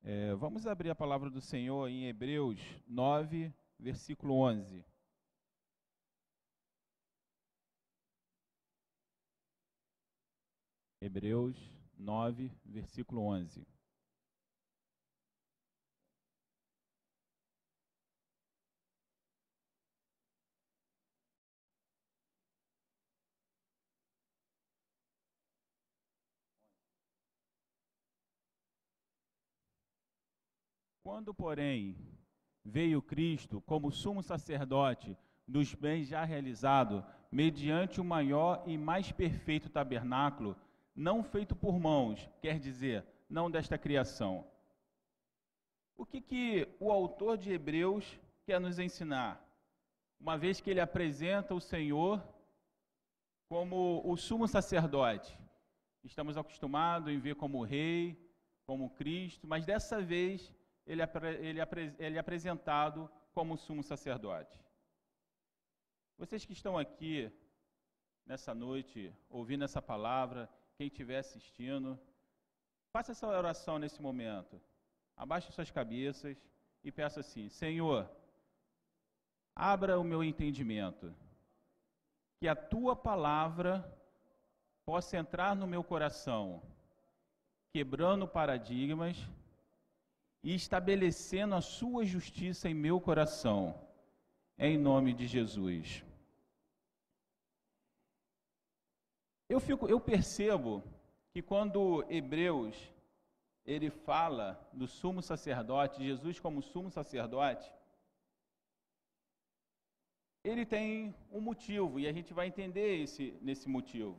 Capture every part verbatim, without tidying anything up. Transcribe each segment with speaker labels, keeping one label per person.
Speaker 1: É, vamos abrir a palavra do Senhor em Hebreus nove, versículo onze. Hebreus nove, versículo onze. Quando, porém, veio Cristo como sumo sacerdote dos bens já realizados, mediante o maior e mais perfeito tabernáculo, não feito por mãos, quer dizer, não desta criação. O que que o autor de Hebreus quer nos ensinar? Uma vez que ele apresenta o Senhor como o sumo sacerdote. Estamos acostumados em ver como rei, como Cristo, mas dessa vez ele, ele, ele é apresentado como sumo sacerdote. Vocês que estão aqui nessa noite, ouvindo essa palavra, quem estiver assistindo, faça essa oração nesse momento. Abaixe suas cabeças e peça assim: Senhor, abra o meu entendimento, que a Tua palavra possa entrar no meu coração, quebrando paradigmas e estabelecendo a Sua justiça em meu coração, em nome de Jesus. Eu, fico, eu percebo que quando Hebreus ele fala do sumo sacerdote, Jesus como sumo sacerdote, ele tem um motivo, e a gente vai entender esse, nesse motivo.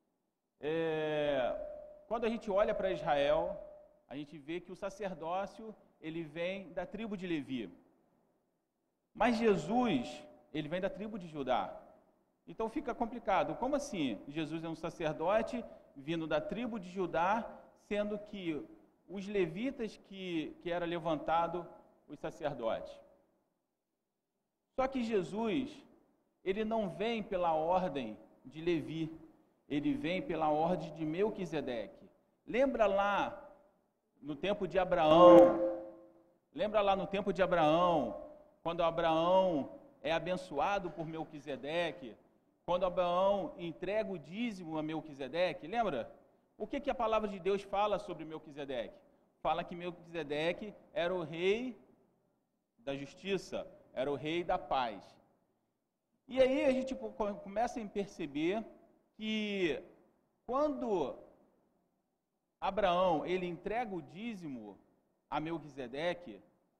Speaker 1: É, quando a gente olha para Israel, a gente vê que o sacerdócio, ele vem da tribo de Levi. Mas Jesus, ele vem da tribo de Judá. Então fica complicado. Como assim? Jesus é um sacerdote vindo da tribo de Judá, sendo que os levitas que, que era levantado os sacerdotes. Só que Jesus, ele não vem pela ordem de Levi, ele vem pela ordem de Melquisedeque. Lembra lá no tempo de Abraão, lembra lá no tempo de Abraão, quando Abraão é abençoado por Melquisedeque, quando Abraão entrega o dízimo a Melquisedeque, lembra? O que, que a palavra de Deus fala sobre Melquisedeque? Fala que Melquisedeque era o rei da justiça, era o rei da paz. E aí a gente começa a perceber que quando Abraão ele entrega o dízimo a Melquisedeque,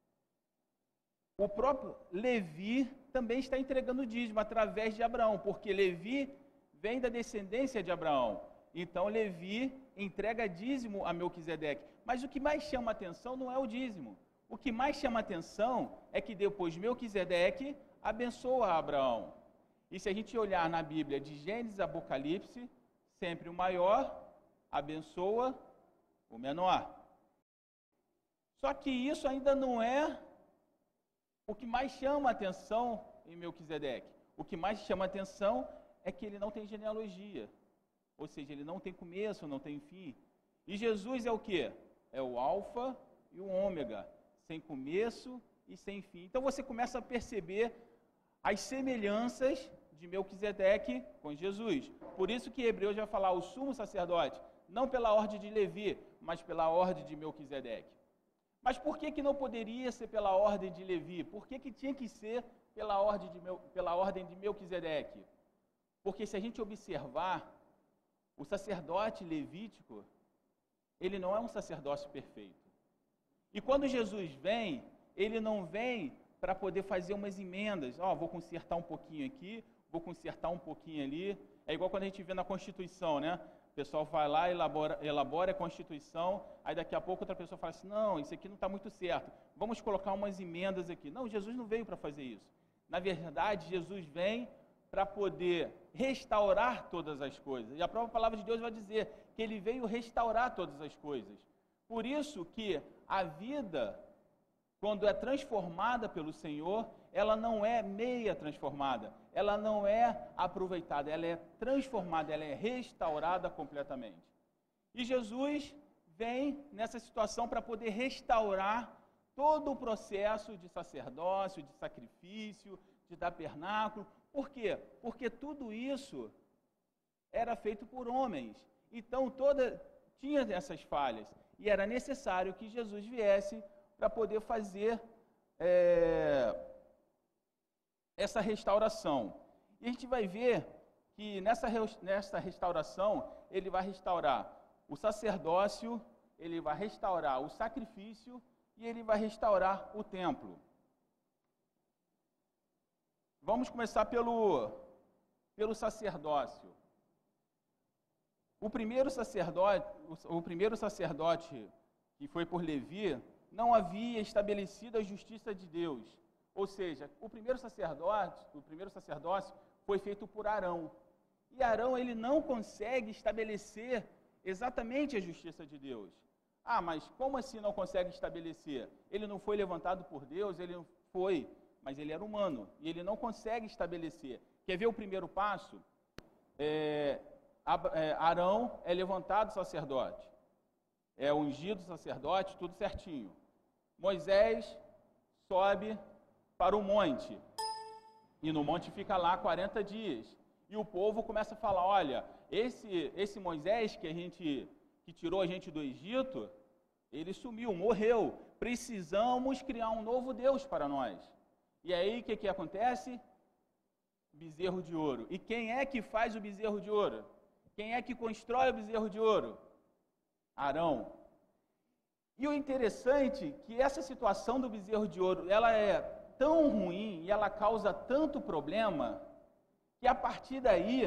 Speaker 1: o próprio Levi também está entregando o dízimo através de Abraão, porque Levi vem da descendência de Abraão. Então Levi entrega dízimo a Melquisedeque. Mas o que mais chama a atenção não é o dízimo. O que mais chama a atenção é que depois Melquisedeque abençoa Abraão. E se a gente olhar na Bíblia de Gênesis a Apocalipse, sempre o maior abençoa o menor. Só que isso ainda não é o que mais chama a atenção em Melquisedeque. O que mais chama a atenção é que ele não tem genealogia. Ou seja, ele não tem começo, não tem fim. E Jesus é o quê? É o alfa e o ômega, sem começo e sem fim. Então você começa a perceber as semelhanças de Melquisedeque com Jesus. Por isso que Hebreus vai falar o sumo sacerdote, não pela ordem de Levi, mas pela ordem de Melquisedeque. Mas por que que não poderia ser pela ordem de Levi? Por que que tinha que ser pela ordem de, Mel, pela ordem de Melquisedeque? Porque se a gente observar, o sacerdote levítico, ele não é um sacerdócio perfeito. E quando Jesus vem, ele não vem para poder fazer umas emendas. Ó, oh, vou consertar um pouquinho aqui, vou consertar um pouquinho ali. É igual quando a gente vê na Constituição, né? O pessoal vai lá, elabora, elabora a Constituição, aí daqui a pouco outra pessoa fala assim, não, isso aqui não está muito certo, vamos colocar umas emendas aqui. Não, Jesus não veio para fazer isso. Na verdade, Jesus vem para poder restaurar todas as coisas. E a própria palavra de Deus vai dizer que ele veio restaurar todas as coisas. Por isso que a vida, quando é transformada pelo Senhor, ela não é meia transformada, ela não é aproveitada, ela é transformada, ela é restaurada completamente. E Jesus vem nessa situação para poder restaurar todo o processo de sacerdócio, de sacrifício, de tabernáculo. Por quê? Porque tudo isso era feito por homens. Então, toda, tinha essas falhas. E era necessário que Jesus viesse para poder fazer é, essa restauração. E a gente vai ver que nessa, nessa restauração, ele vai restaurar o sacerdócio, ele vai restaurar o sacrifício e ele vai restaurar o templo. Vamos começar pelo, pelo sacerdócio. O primeiro sacerdote, o, o primeiro sacerdote que foi por Levi, não havia estabelecido a justiça de Deus. Ou seja, o primeiro sacerdote, o primeiro sacerdócio foi feito por Arão. E Arão, ele não consegue estabelecer exatamente a justiça de Deus. Ah, mas como assim não consegue estabelecer? Ele não foi levantado por Deus, ele não foi, mas ele era humano, e ele não consegue estabelecer. Quer ver o primeiro passo? É, Arão é levantado sacerdote, é ungido sacerdote, tudo certinho. Moisés sobe para o monte, e no monte fica lá quarenta dias, e o povo começa a falar, olha, esse, esse Moisés que a gente... que tirou a gente do Egito, ele sumiu, morreu. Precisamos criar um novo Deus para nós. E aí, o que, que acontece? Bezerro de ouro. E quem é que faz o bezerro de ouro? Quem é que constrói o bezerro de ouro? Arão. E o interessante é que essa situação do bezerro de ouro, ela é tão ruim e ela causa tanto problema, que a partir daí,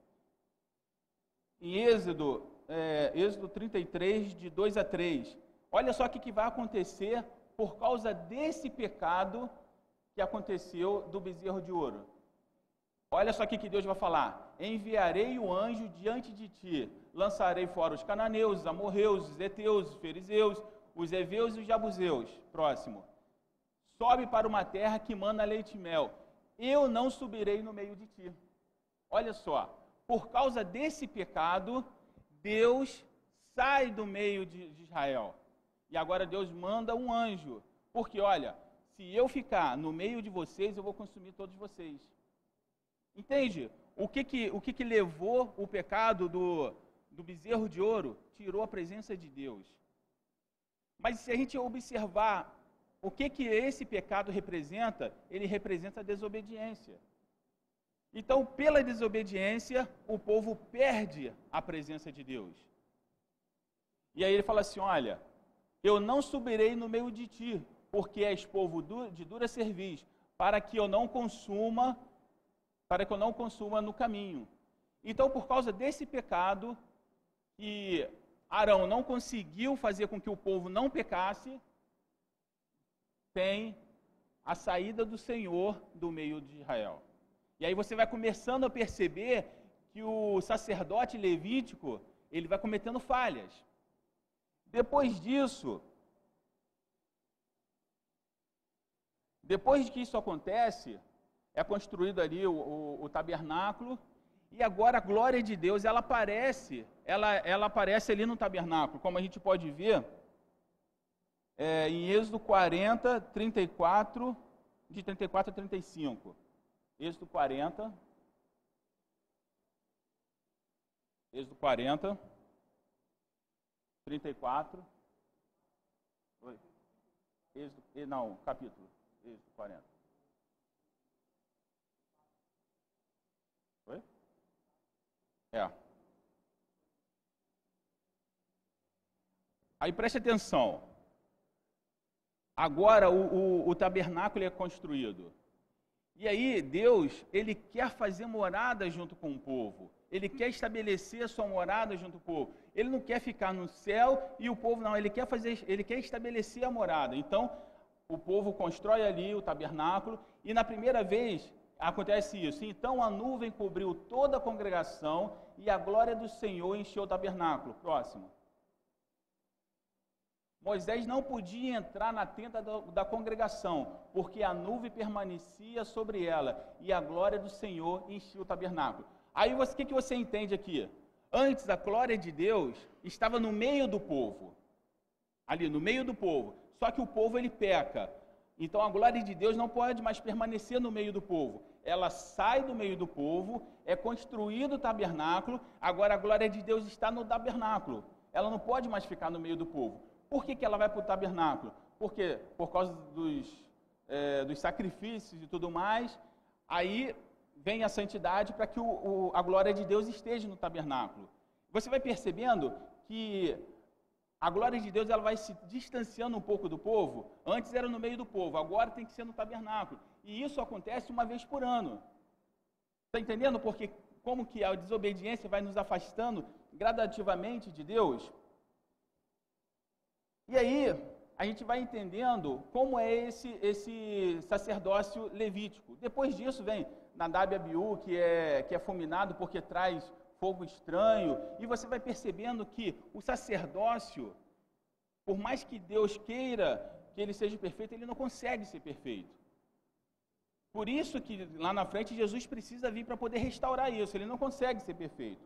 Speaker 1: em Êxodo, É, Êxodo trinta e três, de dois a três. Olha só o que, que vai acontecer por causa desse pecado que aconteceu do bezerro de ouro. Olha só o que, que Deus vai falar. Enviarei o anjo diante de ti, lançarei fora os cananeus, os amorreus, os heteus, os fariseus, os heveus e os jabuseus. Próximo. Sobe para uma terra que mana leite e mel. Eu não subirei no meio de ti. Olha só, por causa desse pecado, Deus sai do meio de, de Israel. E agora Deus manda um anjo. Porque, olha, se eu ficar no meio de vocês, eu vou consumir todos vocês. Entende? O que que, o que, que levou o pecado do, do bezerro de ouro? Tirou a presença de Deus. Mas se a gente observar o que, que esse pecado representa, ele representa a desobediência. Então, pela desobediência, o povo perde a presença de Deus. E aí ele fala assim, olha, eu não subirei no meio de ti, porque és povo de dura cerviz, para que eu não consuma, para que eu não consuma no caminho. Então, por causa desse pecado, que Arão não conseguiu fazer com que o povo não pecasse, tem a saída do Senhor do meio de Israel. E aí você vai começando a perceber que o sacerdote levítico, ele vai cometendo falhas. Depois disso, depois que isso acontece, é construído ali o, o, o tabernáculo, e agora a glória de Deus, ela aparece, ela, ela aparece ali no tabernáculo, como a gente pode ver, é, em Êxodo quarenta, trinta e quatro, de trinta e quatro a trinta e cinco. Êxodo quarenta, Êxodo quarenta, trinta e quatro, oi, Êxodo, não, capítulo, Êxodo quarenta. Oi? É. Aí preste atenção. Agora o, o, o tabernáculo é construído. E aí Deus, ele quer fazer morada junto com o povo. Ele quer estabelecer a sua morada junto com o povo. Ele não quer ficar no céu e o povo não. Ele quer fazer, ele quer estabelecer a morada. Então, o povo constrói ali o tabernáculo e na primeira vez acontece isso. Então a nuvem cobriu toda a congregação e a glória do Senhor encheu o tabernáculo. Próximo. Moisés não podia entrar na tenda da congregação, porque a nuvem permanecia sobre ela e a glória do Senhor enchia o tabernáculo. Aí o que, que você entende aqui? Antes a glória de Deus estava no meio do povo. ali no meio do povo. Só que o povo ele peca. Então a glória de Deus não pode mais permanecer no meio do povo. Ela sai do meio do povo, é construído o tabernáculo, agora a glória de Deus está no tabernáculo. Ela não pode mais ficar no meio do povo. Por que que ela vai para o tabernáculo? Porque por causa dos, é, dos sacrifícios e tudo mais, aí vem a santidade para que o, o, a glória de Deus esteja no tabernáculo. Você vai percebendo que a glória de Deus ela vai se distanciando um pouco do povo. Antes era no meio do povo, agora tem que ser no tabernáculo. E isso acontece uma vez por ano. Está entendendo? Porque como que a desobediência vai nos afastando gradativamente de Deus? E aí, a gente vai entendendo como é esse, esse sacerdócio levítico. Depois disso vem Nadab e Abiú, que é, que é fulminado porque traz fogo estranho, e você vai percebendo que o sacerdócio, por mais que Deus queira que ele seja perfeito, ele não consegue ser perfeito. Por isso que lá na frente Jesus precisa vir para poder restaurar isso, ele não consegue ser perfeito.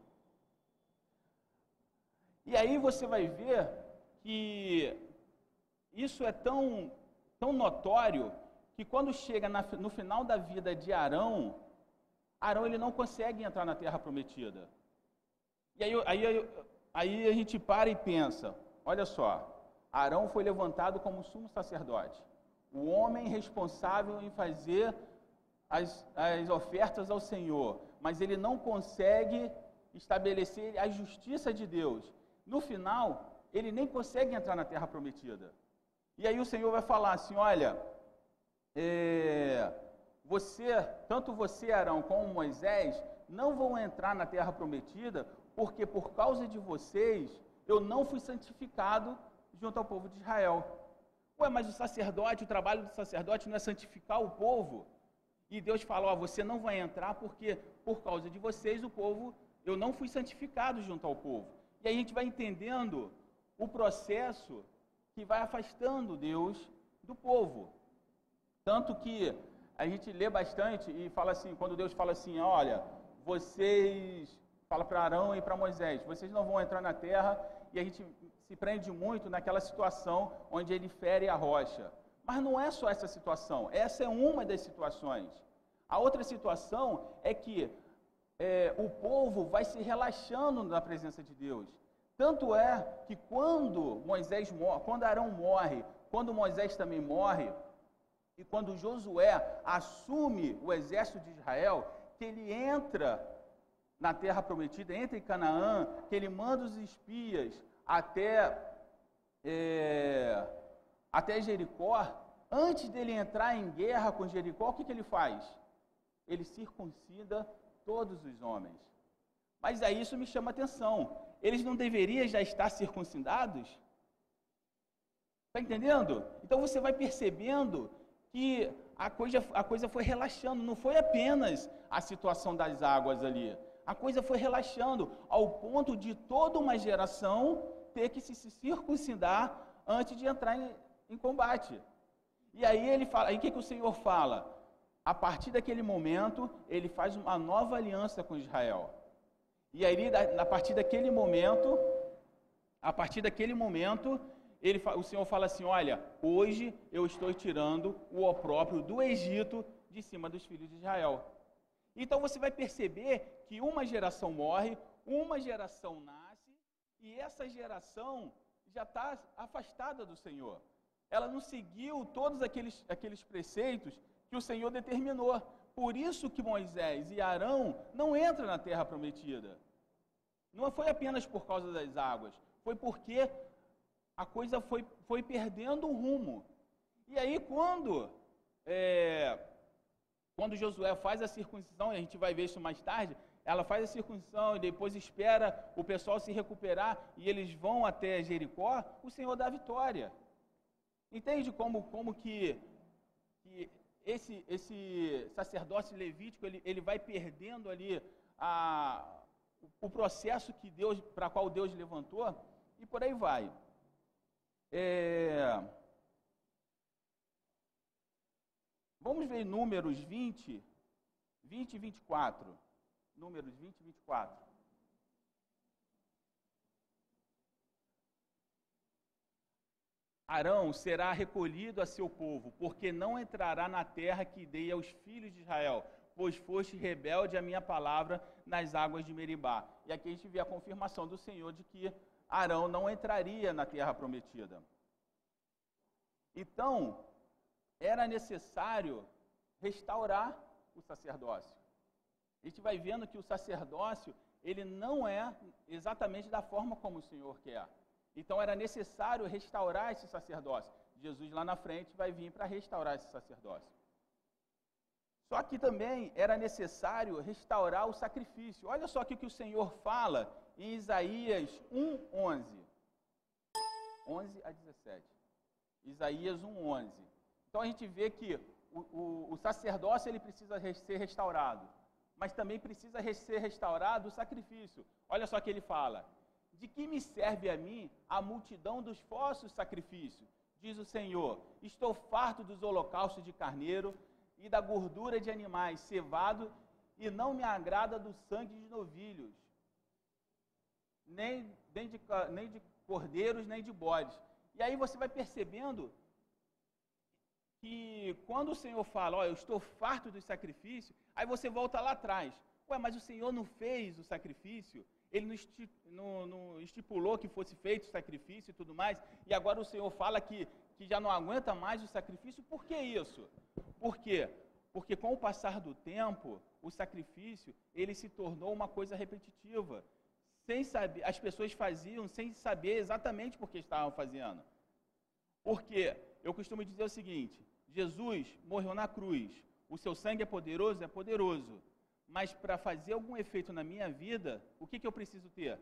Speaker 1: E aí você vai ver que isso é tão, tão notório que quando chega na, no final da vida de Arão, Arão ele não consegue entrar na terra prometida. E aí, aí, aí a gente para e pensa, olha só, Arão foi levantado como sumo sacerdote, o homem responsável em fazer as, as ofertas ao Senhor, mas ele não consegue estabelecer a justiça de Deus. No final, ele nem consegue entrar na terra prometida. E aí o Senhor vai falar assim, olha, é, você, tanto você, Arão, como Moisés, não vão entrar na terra prometida, porque por causa de vocês, eu não fui santificado junto ao povo de Israel. Ué, mas o sacerdote, o trabalho do sacerdote não é santificar o povo? E Deus fala, ó, você não vai entrar porque por causa de vocês, o povo, eu não fui santificado junto ao povo. E aí a gente vai entendendo o processo que vai afastando Deus do povo. Tanto que a gente lê bastante e fala assim, quando Deus fala assim, olha, vocês, fala para Arão e para Moisés, vocês não vão entrar na terra, e a gente se prende muito naquela situação onde ele fere a rocha. Mas não é só essa situação, essa é uma das situações. A outra situação é que é, o povo vai se relaxando na presença de Deus. Tanto é que quando Moisés morre, quando Arão morre, quando Moisés também morre, e quando Josué assume o exército de Israel, que ele entra na terra prometida, entra em Canaã, que ele manda os espias até, é, até Jericó, antes dele entrar em guerra com Jericó, o que, que ele faz? Ele circuncida todos os homens. Mas aí isso me chama a atenção. Eles não deveriam já estar circuncidados? Está entendendo? Então você vai percebendo que a coisa, a coisa foi relaxando, não foi apenas a situação das águas ali. A coisa foi relaxando ao ponto de toda uma geração ter que se circuncidar antes de entrar em, em combate. E aí ele fala, aí o que, que o Senhor fala? A partir daquele momento, ele faz uma nova aliança com Israel. E aí, a partir daquele momento, a partir daquele momento, ele, o Senhor fala assim, olha, hoje eu estou tirando o opróbrio do Egito de cima dos filhos de Israel. Então você vai perceber que uma geração morre, uma geração nasce, e essa geração já está afastada do Senhor. Ela não seguiu todos aqueles, aqueles preceitos que o Senhor determinou. Por isso que Moisés e Arão não entram na terra prometida. Não foi apenas por causa das águas, foi porque a coisa foi, foi perdendo o rumo. E aí quando, é, quando Josué faz a circuncisão, e a gente vai ver isso mais tarde, ela faz a circuncisão e depois espera o pessoal se recuperar e eles vão até Jericó, o Senhor dá a vitória. Entende como, como que, que esse, esse sacerdócio levítico, ele, ele vai perdendo ali a, o processo que Deus, para qual Deus levantou, e por aí vai. É, vamos ver Números vinte, vinte e vinte e quatro. Números vinte e vinte e quatro. Arão será recolhido a seu povo, porque não entrará na terra que dei aos filhos de Israel, pois foste rebelde à minha palavra nas águas de Meribá. E aqui a gente vê a confirmação do Senhor de que Arão não entraria na terra prometida. Então, era necessário restaurar o sacerdócio. A gente vai vendo que o sacerdócio, ele não é exatamente da forma como o Senhor quer. Então, era necessário restaurar esse sacerdócio. Jesus, lá na frente, vai vir para restaurar esse sacerdócio. Só que também era necessário restaurar o sacrifício. Olha só aqui o que o Senhor fala em Isaías um, onze. onze a dezessete. Isaías um, onze. Então, a gente vê que o, o, o sacerdócio ele precisa ser restaurado, mas também precisa ser restaurado o sacrifício. Olha só que ele fala: de que me serve a mim a multidão dos vossos sacrifícios? Diz o Senhor, estou farto dos holocaustos de carneiro e da gordura de animais cevado, e não me agrada do sangue de novilhos, nem, nem, de, nem de cordeiros, nem de bodes. E aí você vai percebendo que quando o Senhor fala, ó, eu estou farto do sacrifício, aí você volta lá atrás. Ué, mas o Senhor não fez o sacrifício? Ele não, não estipulou que fosse feito o sacrifício e tudo mais, e agora o Senhor fala que, que já não aguenta mais o sacrifício. Por que isso? Por quê? Porque com o passar do tempo, o sacrifício, ele se tornou uma coisa repetitiva. Sem saber, as pessoas faziam sem saber exatamente por que estavam fazendo. Porque eu costumo dizer o seguinte, Jesus morreu na cruz, o seu sangue é poderoso? É poderoso. Mas para fazer algum efeito na minha vida, o que, que eu preciso ter?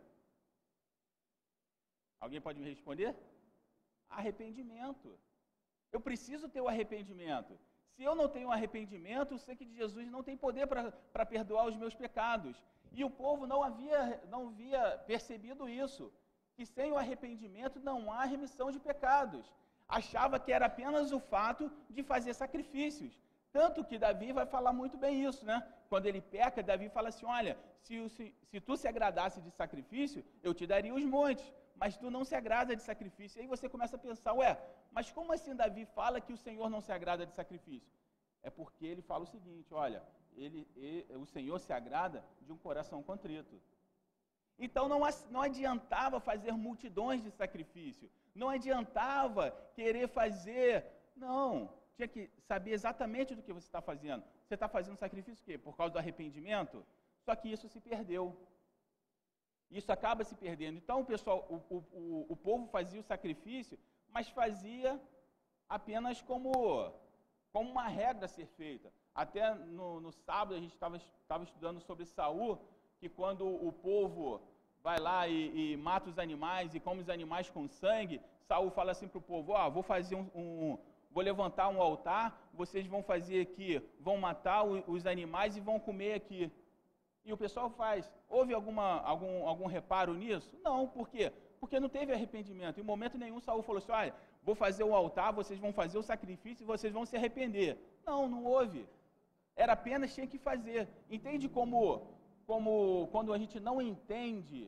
Speaker 1: Alguém pode me responder? Arrependimento. Eu preciso ter o arrependimento. Se eu não tenho arrependimento, o sangue de Jesus não tem poder para perdoar os meus pecados. E o povo não havia, não havia percebido isso, que sem o arrependimento não há remissão de pecados. Achava que era apenas o fato de fazer sacrifícios. Tanto que Davi vai falar muito bem isso, né? Quando ele peca, Davi fala assim, olha, se, se, se tu se agradasse de sacrifício, eu te daria os montes, mas tu não se agrada de sacrifício. Aí você começa a pensar, ué, mas como assim Davi fala que o Senhor não se agrada de sacrifício? É porque ele fala o seguinte, olha, ele, ele, o Senhor se agrada de um coração contrito. Então não, não adiantava fazer multidões de sacrifício, não adiantava querer fazer, não, tinha que saber exatamente do que você está fazendo. Você está fazendo sacrifício o quê? Por causa do arrependimento? Só que isso se perdeu. Isso acaba se perdendo. Então, o pessoal, o, o, o povo fazia o sacrifício, mas fazia apenas como, como uma regra a ser feita. Até no, no sábado a gente estava estudando sobre Saul, que quando o povo vai lá e, e mata os animais e come os animais com sangue, Saul fala assim para o povo, ó, oh, vou fazer um, um vou levantar um altar, vocês vão fazer aqui, vão matar o, os animais e vão comer aqui. E o pessoal faz. Houve alguma, algum, algum reparo nisso? Não, por quê? Porque não teve arrependimento. Em momento nenhum Saul falou assim, olha, vou fazer o altar, vocês vão fazer o sacrifício e vocês vão se arrepender. Não, não houve. Era apenas tinha que fazer. Entende como, como quando a gente não entende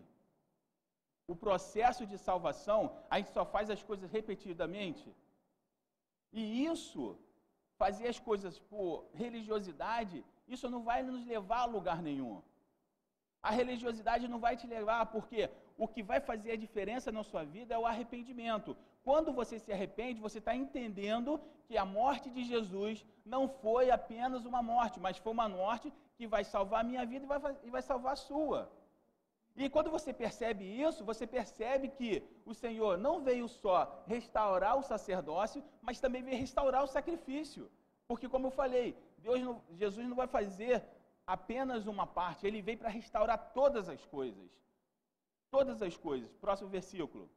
Speaker 1: o processo de salvação, a gente só faz as coisas repetidamente? E isso, fazer as coisas por religiosidade, isso não vai nos levar a lugar nenhum. A religiosidade não vai te levar, porque o que vai fazer a diferença na sua vida é o arrependimento. Quando você se arrepende, você está entendendo que a morte de Jesus não foi apenas uma morte, mas foi uma morte que vai salvar a minha vida e vai, e vai salvar a sua. E quando você percebe isso, você percebe que o Senhor não veio só restaurar o sacerdócio, mas também veio restaurar o sacrifício. Porque, como eu falei, Deus não, Jesus não vai fazer apenas uma parte, Ele veio para restaurar todas as coisas. Todas as coisas. Próximo versículo.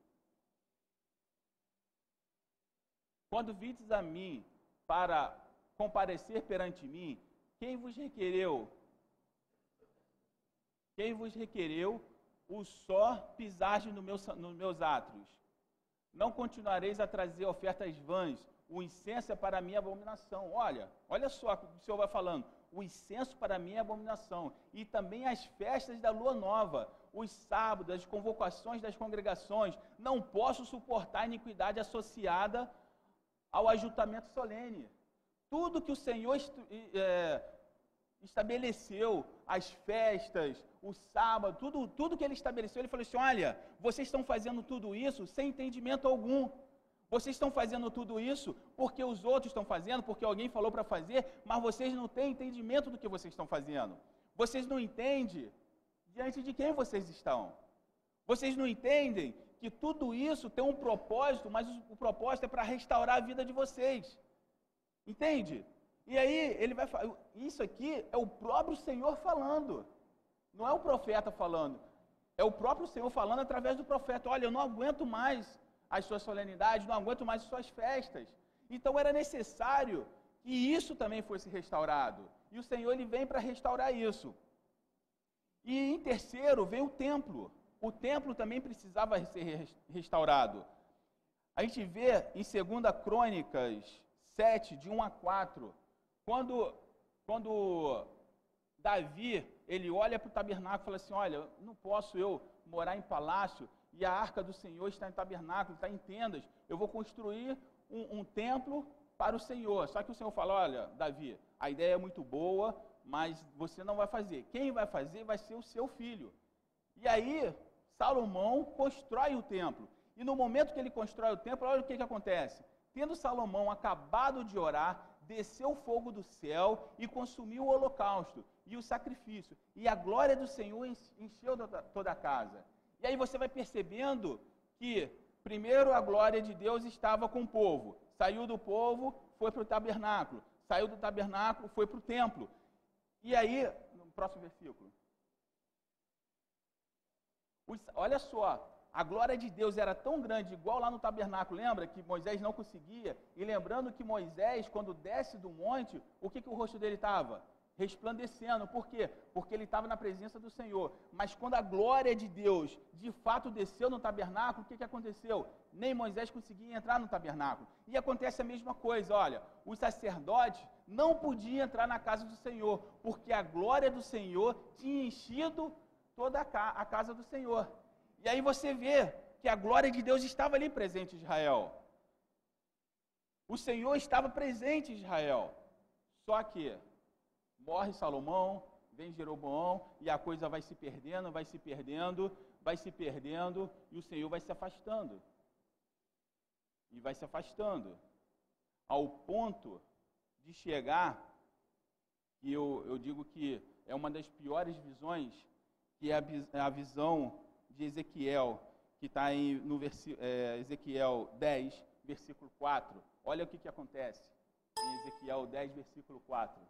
Speaker 1: Quando vides a mim para comparecer perante mim, quem vos requereu? Quem vos requereu o só pisagem no meu, nos meus átrios? Não continuareis a trazer ofertas vãs, o incenso é para mim abominação. Olha, olha só o que o Senhor vai falando. O incenso para mim é abominação. E também as festas da lua nova, os sábados, as convocações das congregações. Não posso suportar a iniquidade associada ao ajuntamento solene. Tudo que o Senhor é, estabeleceu, as festas, o sábado, tudo, tudo que Ele estabeleceu, Ele falou assim, olha, vocês estão fazendo tudo isso sem entendimento algum. Vocês estão fazendo tudo isso porque os outros estão fazendo, porque alguém falou para fazer, mas vocês não têm entendimento do que vocês estão fazendo. Vocês não entendem diante de quem vocês estão. Vocês não entendem que tudo isso tem um propósito, mas o, o propósito é para restaurar a vida de vocês. Entende? E aí, ele vai falar, isso aqui é o próprio Senhor falando. Não é o profeta falando. É o próprio Senhor falando através do profeta. Olha, eu não aguento mais as suas solenidades, não aguento mais as suas festas. Então era necessário que isso também fosse restaurado. E o Senhor, ele vem para restaurar isso. E em terceiro, vem o templo. O templo também precisava ser restaurado. A gente vê em segunda Crônicas sete, de um a quatro, quando, quando Davi, ele olha para o tabernáculo e fala assim, olha, não posso eu morar em palácio e a arca do Senhor está em tabernáculo, está em tendas, eu vou construir um, um templo para o Senhor. Só que o Senhor fala, olha, Davi, a ideia é muito boa, mas você não vai fazer. Quem vai fazer vai ser o seu filho. E aí, Salomão constrói o templo. E no momento que ele constrói o templo, olha o que, que acontece. Tendo Salomão acabado de orar, desceu o fogo do céu e consumiu o holocausto e o sacrifício. E a glória do Senhor encheu toda a casa. E aí você vai percebendo que, primeiro, a glória de Deus estava com o povo. Saiu do povo, foi para o tabernáculo. Saiu do tabernáculo, foi para o templo. E aí, no próximo versículo. Os, olha só, a glória de Deus era tão grande, igual lá no tabernáculo. Lembra que Moisés não conseguia? E lembrando que Moisés, quando desce do monte, o que, que o rosto dele estava? Resplandecendo. Por quê? Porque ele estava na presença do Senhor. Mas quando a glória de Deus de fato desceu no tabernáculo, o que, que aconteceu? Nem Moisés conseguia entrar no tabernáculo. E acontece a mesma coisa, olha, os sacerdotes não podiam entrar na casa do Senhor, porque a glória do Senhor tinha enchido toda a, ca a casa do Senhor. E aí você vê que a glória de Deus estava ali presente em Israel. O Senhor estava presente em Israel. Só que morre Salomão, vem Jeroboão, e a coisa vai se perdendo, vai se perdendo, vai se perdendo, e o Senhor vai se afastando. E vai se afastando. Ao ponto de chegar, e eu, eu digo que é uma das piores visões, que é a, a visão de Ezequiel, que está no é, Ezequiel dez, versículo quatro. Olha o que, que acontece em Ezequiel dez, versículo quatro.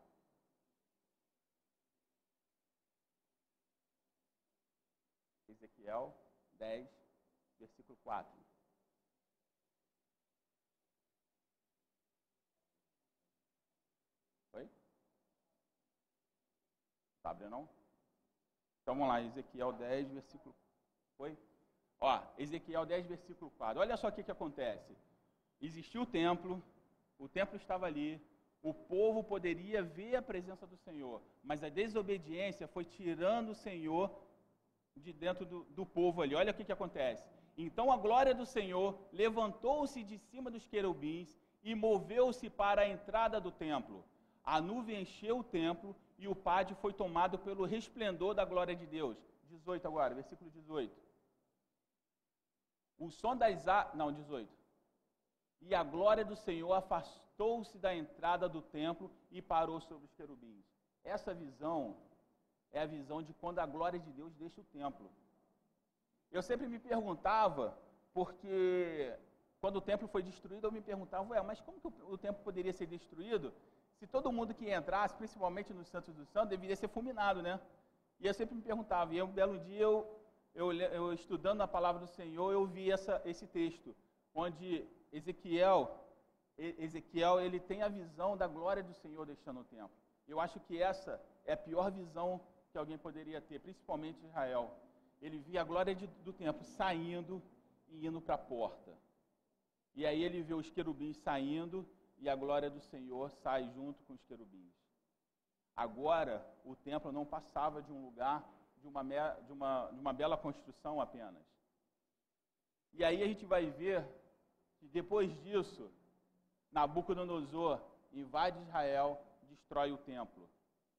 Speaker 1: Ezequiel dez, versículo quatro. Oi? Tá abrindo não? Então vamos lá, Ezequiel dez, versículo... Oi? Ó, Ezequiel dez, versículo quatro. Olha só o que, que acontece. Existiu o templo, o templo estava ali, o povo poderia ver a presença do Senhor, mas a desobediência foi tirando o Senhor de dentro do, do povo ali. Olha o que, que acontece. Então a glória do Senhor levantou-se de cima dos querubins e moveu-se para a entrada do templo. A nuvem encheu o templo e o pátio foi tomado pelo resplendor da glória de Deus. dezoito agora, versículo dezoito. O som das... A... Não, dezoito. E a glória do Senhor afastou-se da entrada do templo e parou sobre os querubins. Essa visão é a visão de quando a glória de Deus deixa o templo. Eu sempre me perguntava, porque quando o templo foi destruído, eu me perguntava, ué, mas como que o templo poderia ser destruído se todo mundo que entrasse, principalmente nos Santos dos Santos, deveria ser fulminado, né? E eu sempre me perguntava, e um belo dia, eu, eu, eu estudando a palavra do Senhor, eu vi essa, esse texto, onde Ezequiel, Ezequiel, ele tem a visão da glória do Senhor deixando o templo. Eu acho que essa é a pior visão que alguém poderia ter, principalmente Israel. Ele via a glória de, do templo saindo e indo para a porta. E aí ele vê os querubins saindo e a glória do Senhor sai junto com os querubins. Agora, o templo não passava de um lugar de uma, de uma, de uma bela construção apenas. E aí a gente vai ver que depois disso, Nabucodonosor invade Israel, destrói o templo.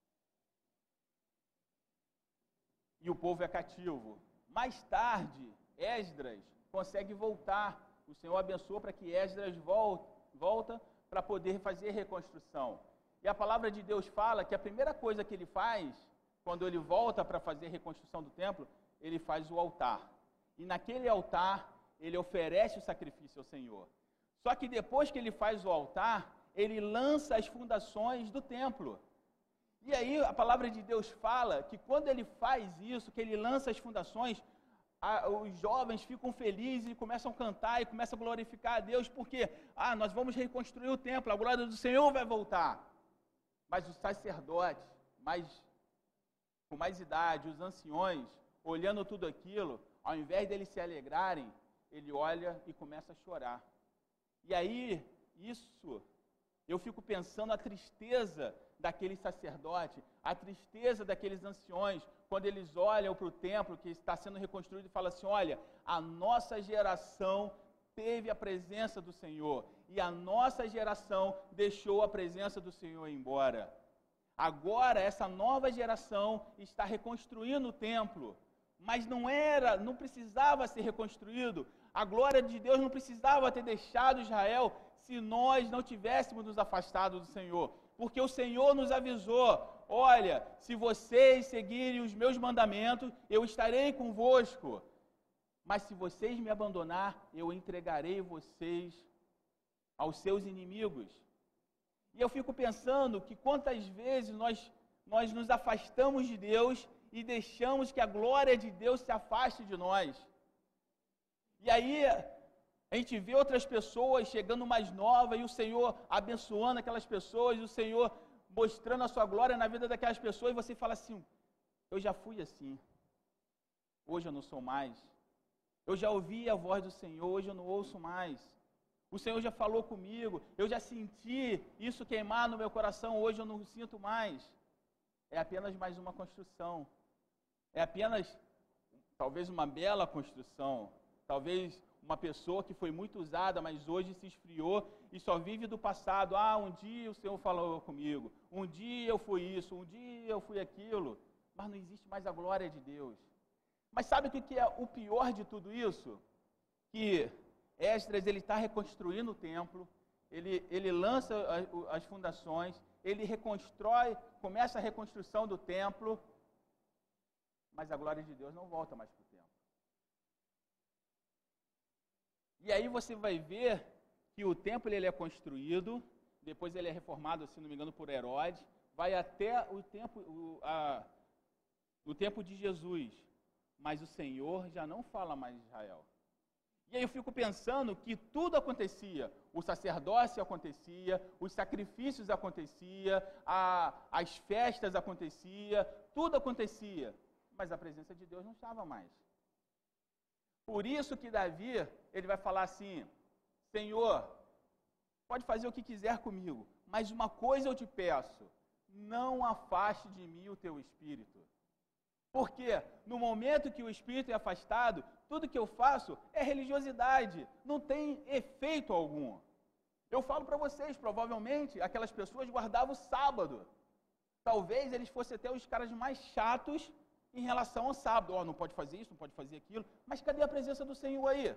Speaker 1: E o povo é cativo. Mais tarde, Esdras consegue voltar. O Senhor abençoou para que Esdras volte, volta para poder fazer reconstrução. E a palavra de Deus fala que a primeira coisa que ele faz, quando ele volta para fazer a reconstrução do templo, ele faz o altar. E naquele altar, ele oferece o sacrifício ao Senhor. Só que depois que ele faz o altar, ele lança as fundações do templo. E aí a palavra de Deus fala que quando ele faz isso, que ele lança as fundações, a, os jovens ficam felizes e começam a cantar e começam a glorificar a Deus, porque ah, nós vamos reconstruir o templo, a glória do Senhor vai voltar. Mas os sacerdotes, mais, com mais idade, os anciões, olhando tudo aquilo, ao invés deles se alegrarem, ele olha e começa a chorar. E aí, isso, eu fico pensando a tristeza daqueles sacerdotes, a tristeza daqueles anciões, quando eles olham para o templo que está sendo reconstruído e falam assim, olha, a nossa geração teve a presença do Senhor, e a nossa geração deixou a presença do Senhor embora. Agora, essa nova geração está reconstruindo o templo, mas não era, não precisava ser reconstruído. A glória de Deus não precisava ter deixado Israel se nós não tivéssemos nos afastado do Senhor. Porque o Senhor nos avisou, olha, se vocês seguirem os meus mandamentos, eu estarei convosco. Mas se vocês me abandonar, eu entregarei vocês aos seus inimigos. E eu fico pensando que quantas vezes nós, nós nos afastamos de Deus e deixamos que a glória de Deus se afaste de nós. E aí a gente vê outras pessoas chegando mais novas e o Senhor abençoando aquelas pessoas, e o Senhor mostrando a sua glória na vida daquelas pessoas, e você fala assim, eu já fui assim, hoje eu não sou mais. Eu já ouvi a voz do Senhor, hoje eu não ouço mais. O Senhor já falou comigo, eu já senti isso queimar no meu coração, hoje eu não sinto mais. É apenas mais uma construção. É apenas, talvez uma bela construção. Talvez uma pessoa que foi muito usada, mas hoje se esfriou e só vive do passado. Ah, um dia o Senhor falou comigo, um dia eu fui isso, um dia eu fui aquilo. Mas não existe mais a glória de Deus. Mas sabe o que é o pior de tudo isso? Que Esdras, ele está reconstruindo o templo, ele, ele lança as, as fundações, ele reconstrói, começa a reconstrução do templo, mas a glória de Deus não volta mais para o templo. E aí você vai ver que o templo ele é construído, depois ele é reformado, se não me engano, por Herodes, vai até o tempo, o, a, o tempo de Jesus, mas o Senhor já não fala mais de Israel. E aí eu fico pensando que tudo acontecia, o sacerdócio acontecia, os sacrifícios acontecia, a, as festas acontecia, tudo acontecia, mas a presença de Deus não estava mais. Por isso que Davi, ele vai falar assim, Senhor, pode fazer o que quiser comigo, mas uma coisa eu te peço, não afaste de mim o teu espírito. Porque no momento que o espírito é afastado, tudo que eu faço é religiosidade, não tem efeito algum. Eu falo para vocês, provavelmente aquelas pessoas guardavam o sábado. Talvez eles fossem até os caras mais chatos em relação ao sábado. Ó, oh, não pode fazer isso, não pode fazer aquilo. Mas cadê a presença do Senhor aí?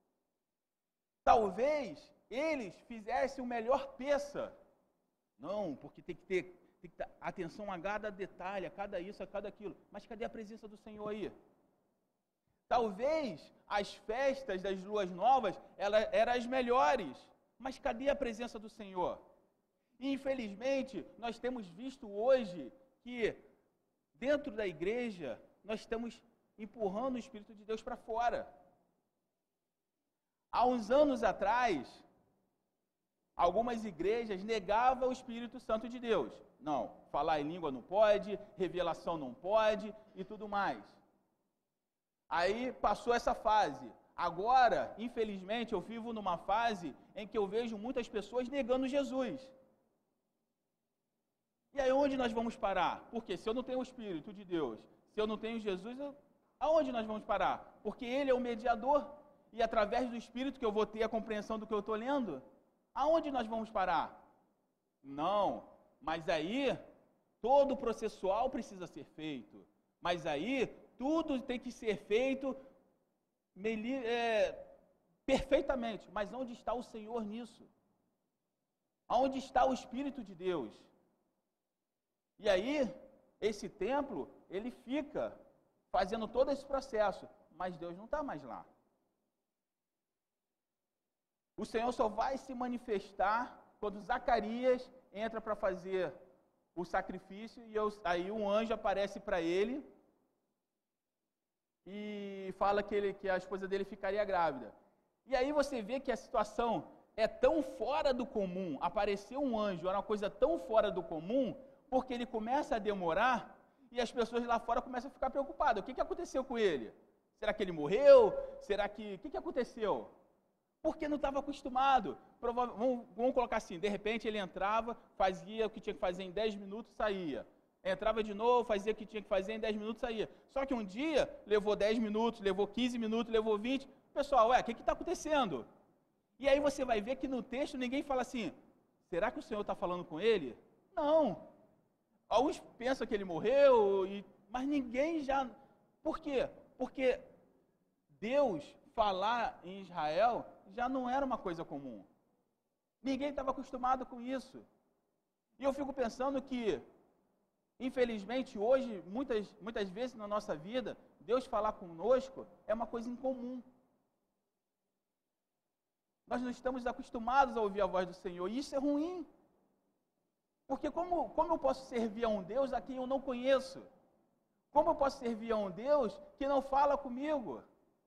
Speaker 1: Talvez eles fizessem o melhor peça. Não, porque tem que ter... Tem que ter atenção a cada detalhe, a cada isso, a cada aquilo. Mas cadê a presença do Senhor aí? Talvez as festas das luas novas elas eram as melhores. Mas cadê a presença do Senhor? E, infelizmente, nós temos visto hoje que dentro da igreja nós estamos empurrando o Espírito de Deus para fora. Há uns anos atrás, algumas igrejas negavam o Espírito Santo de Deus. Não, falar em língua não pode, revelação não pode e tudo mais. Aí passou essa fase. Agora, infelizmente, eu vivo numa fase em que eu vejo muitas pessoas negando Jesus. E aí onde nós vamos parar? Porque se eu não tenho o Espírito de Deus, Se eu não tenho Jesus, eu, aonde nós vamos parar? Porque Ele é o mediador. E através do Espírito que eu vou ter a compreensão do que eu estou lendo, aonde nós vamos parar? Não, mas aí todo o processual precisa ser feito. Mas aí tudo tem que ser feito é, perfeitamente. Mas onde está o Senhor nisso? Aonde está o Espírito de Deus? E aí, esse templo, ele fica fazendo todo esse processo, mas Deus não está mais lá. O Senhor só vai se manifestar quando Zacarias entra para fazer o sacrifício, e eu, aí um anjo aparece para ele e fala que, ele, que a esposa dele ficaria grávida. E aí você vê que a situação é tão fora do comum, aparecer um anjo era uma coisa tão fora do comum, porque ele começa a demorar e as pessoas lá fora começam a ficar preocupadas. O que, que aconteceu com ele? Será que ele morreu? Será que... O que, que aconteceu? Porque não estava acostumado. Prova... Vamos, vamos colocar assim, de repente ele entrava, fazia o que tinha que fazer em dez minutos, saía. Entrava de novo, fazia o que tinha que fazer em dez minutos, saía. Só que um dia levou dez minutos, levou quinze minutos, levou vinte. Pessoal, ué, o que está acontecendo? E aí você vai ver que no texto ninguém fala assim, será que o Senhor está falando com ele? Não. Alguns pensam que ele morreu, e... mas ninguém já... Por quê? Porque Deus falar em Israel já não era uma coisa comum. Ninguém estava acostumado com isso. E eu fico pensando que, infelizmente, hoje, muitas, muitas vezes na nossa vida, Deus falar conosco é uma coisa incomum. Nós não estamos acostumados a ouvir a voz do Senhor, e isso é ruim. Porque como, como eu posso servir a um Deus a quem eu não conheço? Como eu posso servir a um Deus que não fala comigo?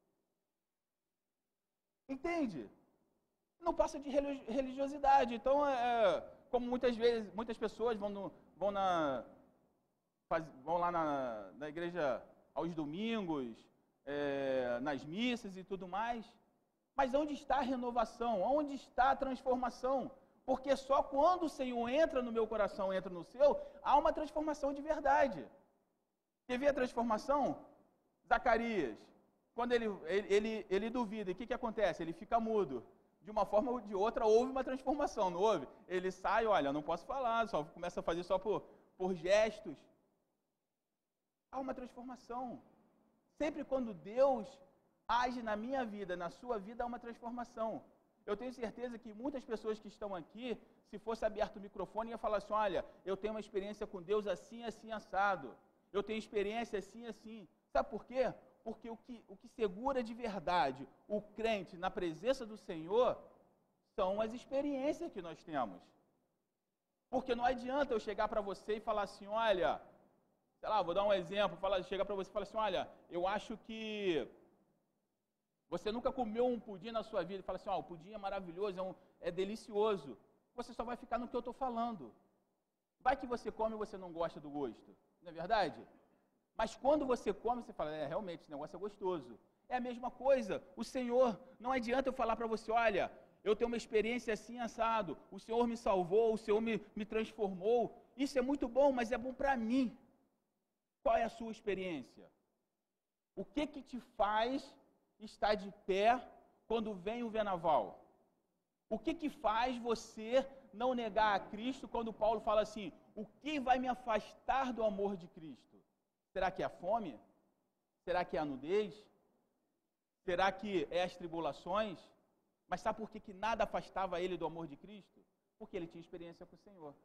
Speaker 1: Entende? Não passa de religiosidade. Então, é, como muitas vezes, muitas pessoas vão, no, vão, na, faz, vão lá na, na igreja aos domingos, é, nas missas e tudo mais. Mas onde está a renovação? Onde está a transformação? Porque só quando o Senhor entra no meu coração, entra no seu, há uma transformação de verdade. Quer ver a transformação? Zacarias, quando ele, ele, ele, ele duvida, e o que, que acontece? Ele fica mudo. De uma forma ou de outra, houve uma transformação, não houve? Ele sai, olha, eu não posso falar, só começa a fazer só por, por gestos. Há uma transformação. Sempre quando Deus age na minha vida, na sua vida, há uma transformação. Eu tenho certeza que muitas pessoas que estão aqui, se fosse aberto o microfone, ia falar assim, olha, eu tenho uma experiência com Deus assim, assim, assado. Eu tenho experiência assim, assim. Sabe por quê? Porque o que, o que segura de verdade o crente na presença do Senhor são as experiências que nós temos. Porque não adianta eu chegar para você e falar assim, olha, sei lá, vou dar um exemplo, falar, chegar para você e falar assim, olha, eu acho que você nunca comeu um pudim na sua vida e fala assim, ó, oh, o pudim é maravilhoso, é, um, é delicioso. Você só vai ficar no que eu estou falando. Vai que você come e você não gosta do gosto, não é verdade? Mas quando você come, você fala, é, realmente, esse negócio é gostoso. É a mesma coisa, o Senhor, não adianta eu falar para você, olha, eu tenho uma experiência assim, assado, o Senhor me salvou, o Senhor me, me transformou, isso é muito bom, mas é bom para mim. Qual é a sua experiência? O que que te faz estar de pé quando vem o vendaval? O que que faz você não negar a Cristo quando Paulo fala assim, o que vai me afastar do amor de Cristo? Será que é a fome? Será que é a nudez? Será que é as tribulações? Mas sabe por que que nada afastava ele do amor de Cristo? Porque ele tinha experiência com o Senhor.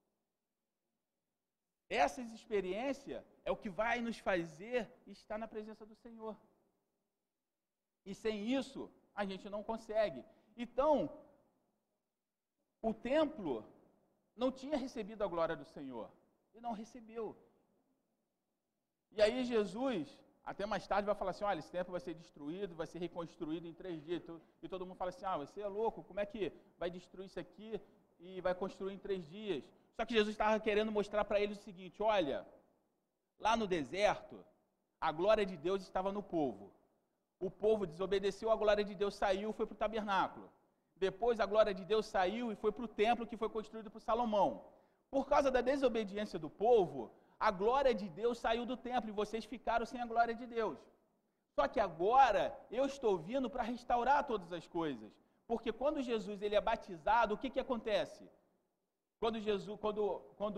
Speaker 1: Essas experiências é o que vai nos fazer estar na presença do Senhor. E sem isso, a gente não consegue. Então, o templo não tinha recebido a glória do Senhor. E não recebeu. E aí Jesus, até mais tarde, vai falar assim, olha, esse templo vai ser destruído, vai ser reconstruído em três dias. E todo mundo fala assim, ah, você é louco, como é que vai destruir isso aqui e vai construir em três dias? Só que Jesus estava querendo mostrar para eles o seguinte, olha, lá no deserto, a glória de Deus estava no povo. O povo desobedeceu, a glória de Deus saiu e foi para o tabernáculo. Depois a glória de Deus saiu e foi para o templo que foi construído por Salomão. Por causa da desobediência do povo, A glória de Deus saiu do templo e vocês ficaram sem a glória de Deus. Só que agora eu estou vindo para restaurar todas as coisas. Porque quando Jesus ele é batizado, o que, que acontece? Quando Jesus, quando, quando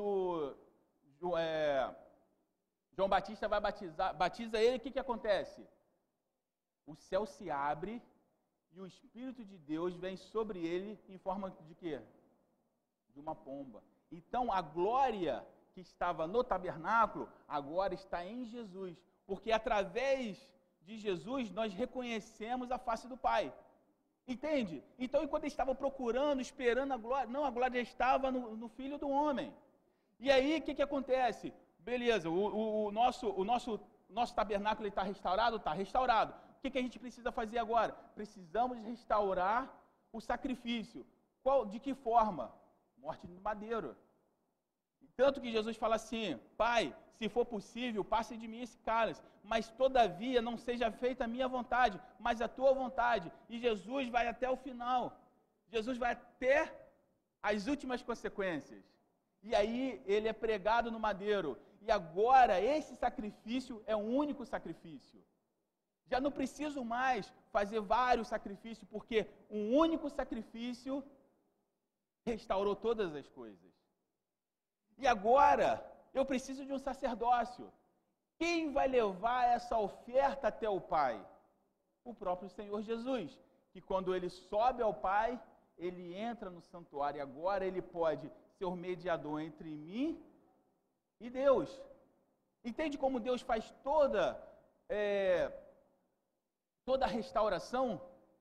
Speaker 1: é, João Batista vai batizar, batiza ele, o que, que acontece? O céu se abre e o Espírito de Deus vem sobre ele em forma de quê? De uma pomba. Então a glória que estava no tabernáculo, agora está em Jesus. Porque através de Jesus nós reconhecemos a face do Pai. Entende? Então, enquanto eles estavam procurando, esperando a glória, não, a glória já estava no, no Filho do Homem. E aí, o que, que acontece? Beleza, o, o, o, nosso, o nosso, nosso tabernáculo está restaurado? Está restaurado. O que, que a gente precisa fazer agora? Precisamos restaurar o sacrifício. Qual, de que forma? Morte no madeiro. Tanto que Jesus fala assim, Pai, se for possível, passe de mim esse cálice, mas todavia não seja feita a minha vontade, mas a tua vontade. E Jesus vai até o final. Jesus vai até as últimas consequências. E aí ele é pregado no madeiro. E agora esse sacrifício é um único sacrifício. Já não preciso mais fazer vários sacrifícios, porque um único sacrifício restaurou todas as coisas. E agora, eu preciso de um sacerdócio. Quem vai levar essa oferta até o Pai? O próprio Senhor Jesus, que quando ele sobe ao Pai, ele entra no santuário. E agora ele pode ser o mediador entre mim e Deus. Entende como Deus faz toda, é, toda a restauração?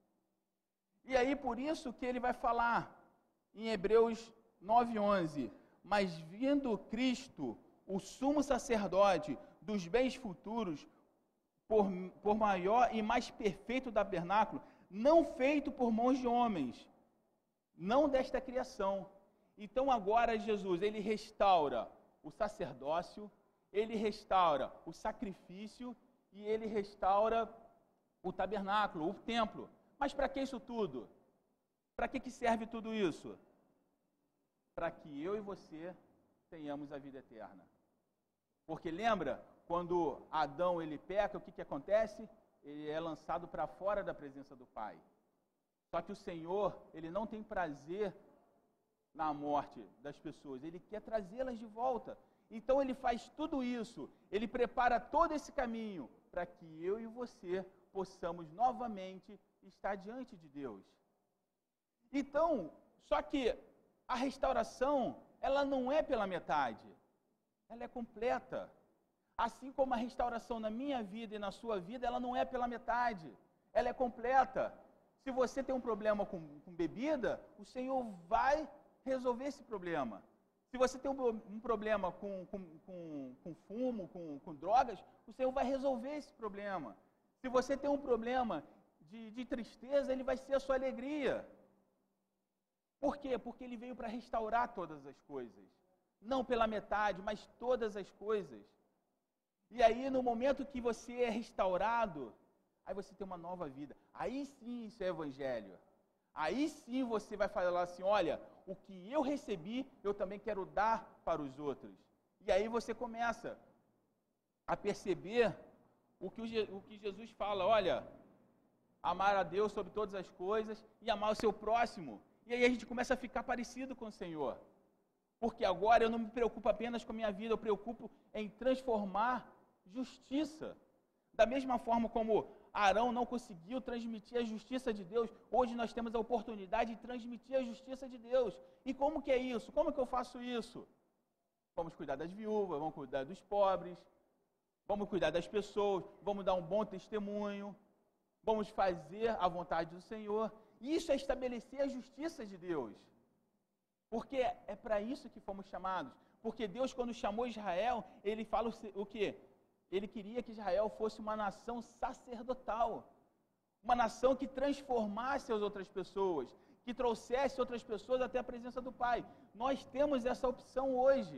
Speaker 1: E aí, por isso que ele vai falar em Hebreus nove, onze... Mas vindo Cristo, o sumo sacerdote dos bens futuros, por, por maior e mais perfeito tabernáculo, não feito por mãos de homens, não desta criação. Então agora Jesus, ele restaura o sacerdócio, ele restaura o sacrifício e ele restaura o tabernáculo, o templo. Mas para que isso tudo? Para que, que serve tudo isso? Para que eu e você tenhamos a vida eterna. Porque lembra, quando Adão ele peca, o que, que acontece? Ele é lançado para fora da presença do Pai. Só que o Senhor, ele não tem prazer na morte das pessoas, ele quer trazê-las de volta. Então ele faz tudo isso, ele prepara todo esse caminho para que eu e você possamos novamente estar diante de Deus. Então, só que a restauração, ela não é pela metade, ela é completa. Assim como a restauração na minha vida e na sua vida, ela não é pela metade, ela é completa. Se você tem um problema com, com bebida, o Senhor vai resolver esse problema. Se você tem um, um problema com, com, com, com fumo, com, com drogas, o Senhor vai resolver esse problema. Se você tem um problema de, de tristeza, Ele vai ser a sua alegria. Por quê? Porque ele veio para restaurar todas as coisas. Não pela metade, mas todas as coisas. E aí, no momento que você é restaurado, aí você tem uma nova vida. Aí sim isso é evangelho. Aí sim você vai falar assim, olha, o que eu recebi, eu também quero dar para os outros. E aí você começa a perceber o que, o, o que Jesus fala, olha, amar a Deus sobre todas as coisas e amar o seu próximo. E aí a gente começa a ficar parecido com o Senhor. Porque agora eu não me preocupo apenas com a minha vida, eu preocupo em transformar justiça. Da mesma forma como Arão não conseguiu transmitir a justiça de Deus, hoje nós temos a oportunidade de transmitir a justiça de Deus. E como que é isso? Como que eu faço isso? Vamos cuidar das viúvas, vamos cuidar dos pobres, vamos cuidar das pessoas, vamos dar um bom testemunho, vamos fazer a vontade do Senhor. Isso é estabelecer a justiça de Deus. Porque é para isso que fomos chamados. Porque Deus, quando chamou Israel, Ele fala o quê? Ele queria que Israel fosse uma nação sacerdotal. Uma nação que transformasse as outras pessoas, que trouxesse outras pessoas até a presença do Pai. Nós temos essa opção hoje.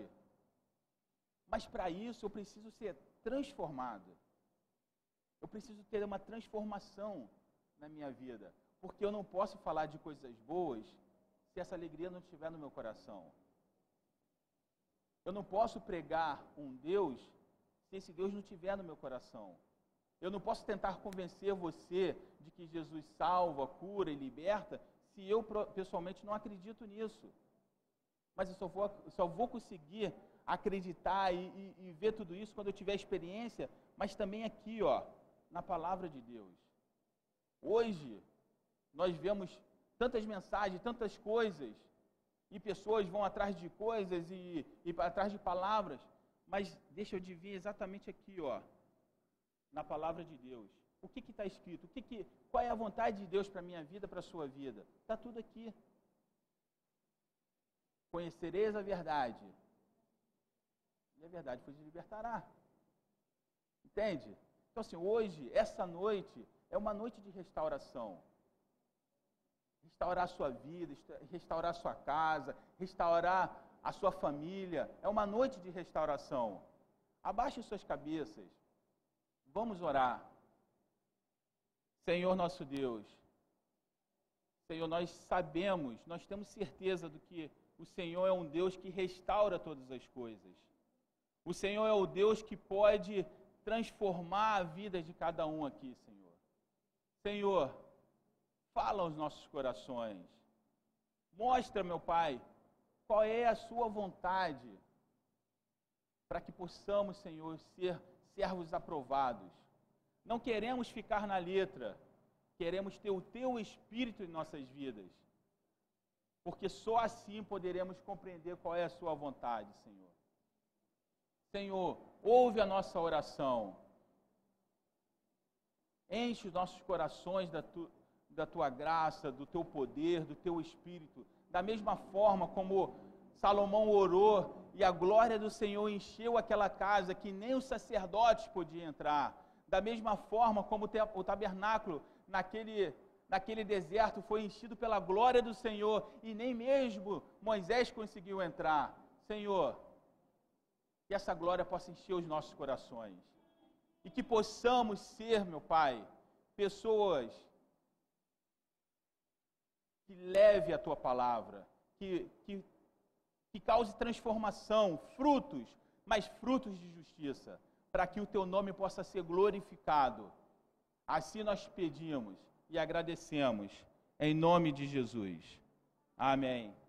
Speaker 1: Mas para isso eu preciso ser transformado. Eu preciso ter uma transformação na minha vida. Porque eu não posso falar de coisas boas se essa alegria não estiver no meu coração. Eu não posso pregar um Deus se esse Deus não estiver no meu coração. Eu não posso tentar convencer você de que Jesus salva, cura e liberta se eu pessoalmente não acredito nisso. Mas eu só vou, só vou conseguir acreditar e, e, e ver tudo isso quando eu tiver experiência, mas também aqui, ó, na palavra de Deus. Hoje, nós vemos tantas mensagens, tantas coisas, e pessoas vão atrás de coisas e, e atrás de palavras, mas deixa eu dizer exatamente aqui, ó, na palavra de Deus. O que está escrito? O que que, qual é a vontade de Deus para a minha vida, para a sua vida? Está tudo aqui. Conhecereis a verdade, e a verdade vos libertará. Entende? Então, assim, hoje, essa noite, é uma noite de restauração. Restaurar a sua vida, restaurar a sua casa, restaurar a sua família. É uma noite de restauração. Abaixe suas cabeças. Vamos orar. Senhor nosso Deus, Senhor, nós sabemos, nós temos certeza do que o Senhor é um Deus que restaura todas as coisas. O Senhor é o Deus que pode transformar a vida de cada um aqui, Senhor. Senhor, fala aos nossos corações. Mostra, meu Pai, qual é a sua vontade para que possamos, Senhor, ser servos aprovados. Não queremos ficar na letra, queremos ter o Teu Espírito em nossas vidas, porque só assim poderemos compreender qual é a Sua vontade, Senhor. Senhor, ouve a nossa oração, enche os nossos corações da, tu, da Tua graça, do Teu poder, do Teu Espírito, da mesma forma como Salomão orou e a glória do Senhor encheu aquela casa que nem os sacerdotes podiam entrar. Da mesma forma como o tabernáculo naquele, naquele deserto foi enchido pela glória do Senhor e nem mesmo Moisés conseguiu entrar. Senhor, que essa glória possa encher os nossos corações e que possamos ser, meu Pai, pessoas que leve a Tua palavra, que, que que cause transformação, frutos, mas frutos de justiça, para que o Teu nome possa ser glorificado. Assim nós pedimos e agradecemos, em nome de Jesus. Amém.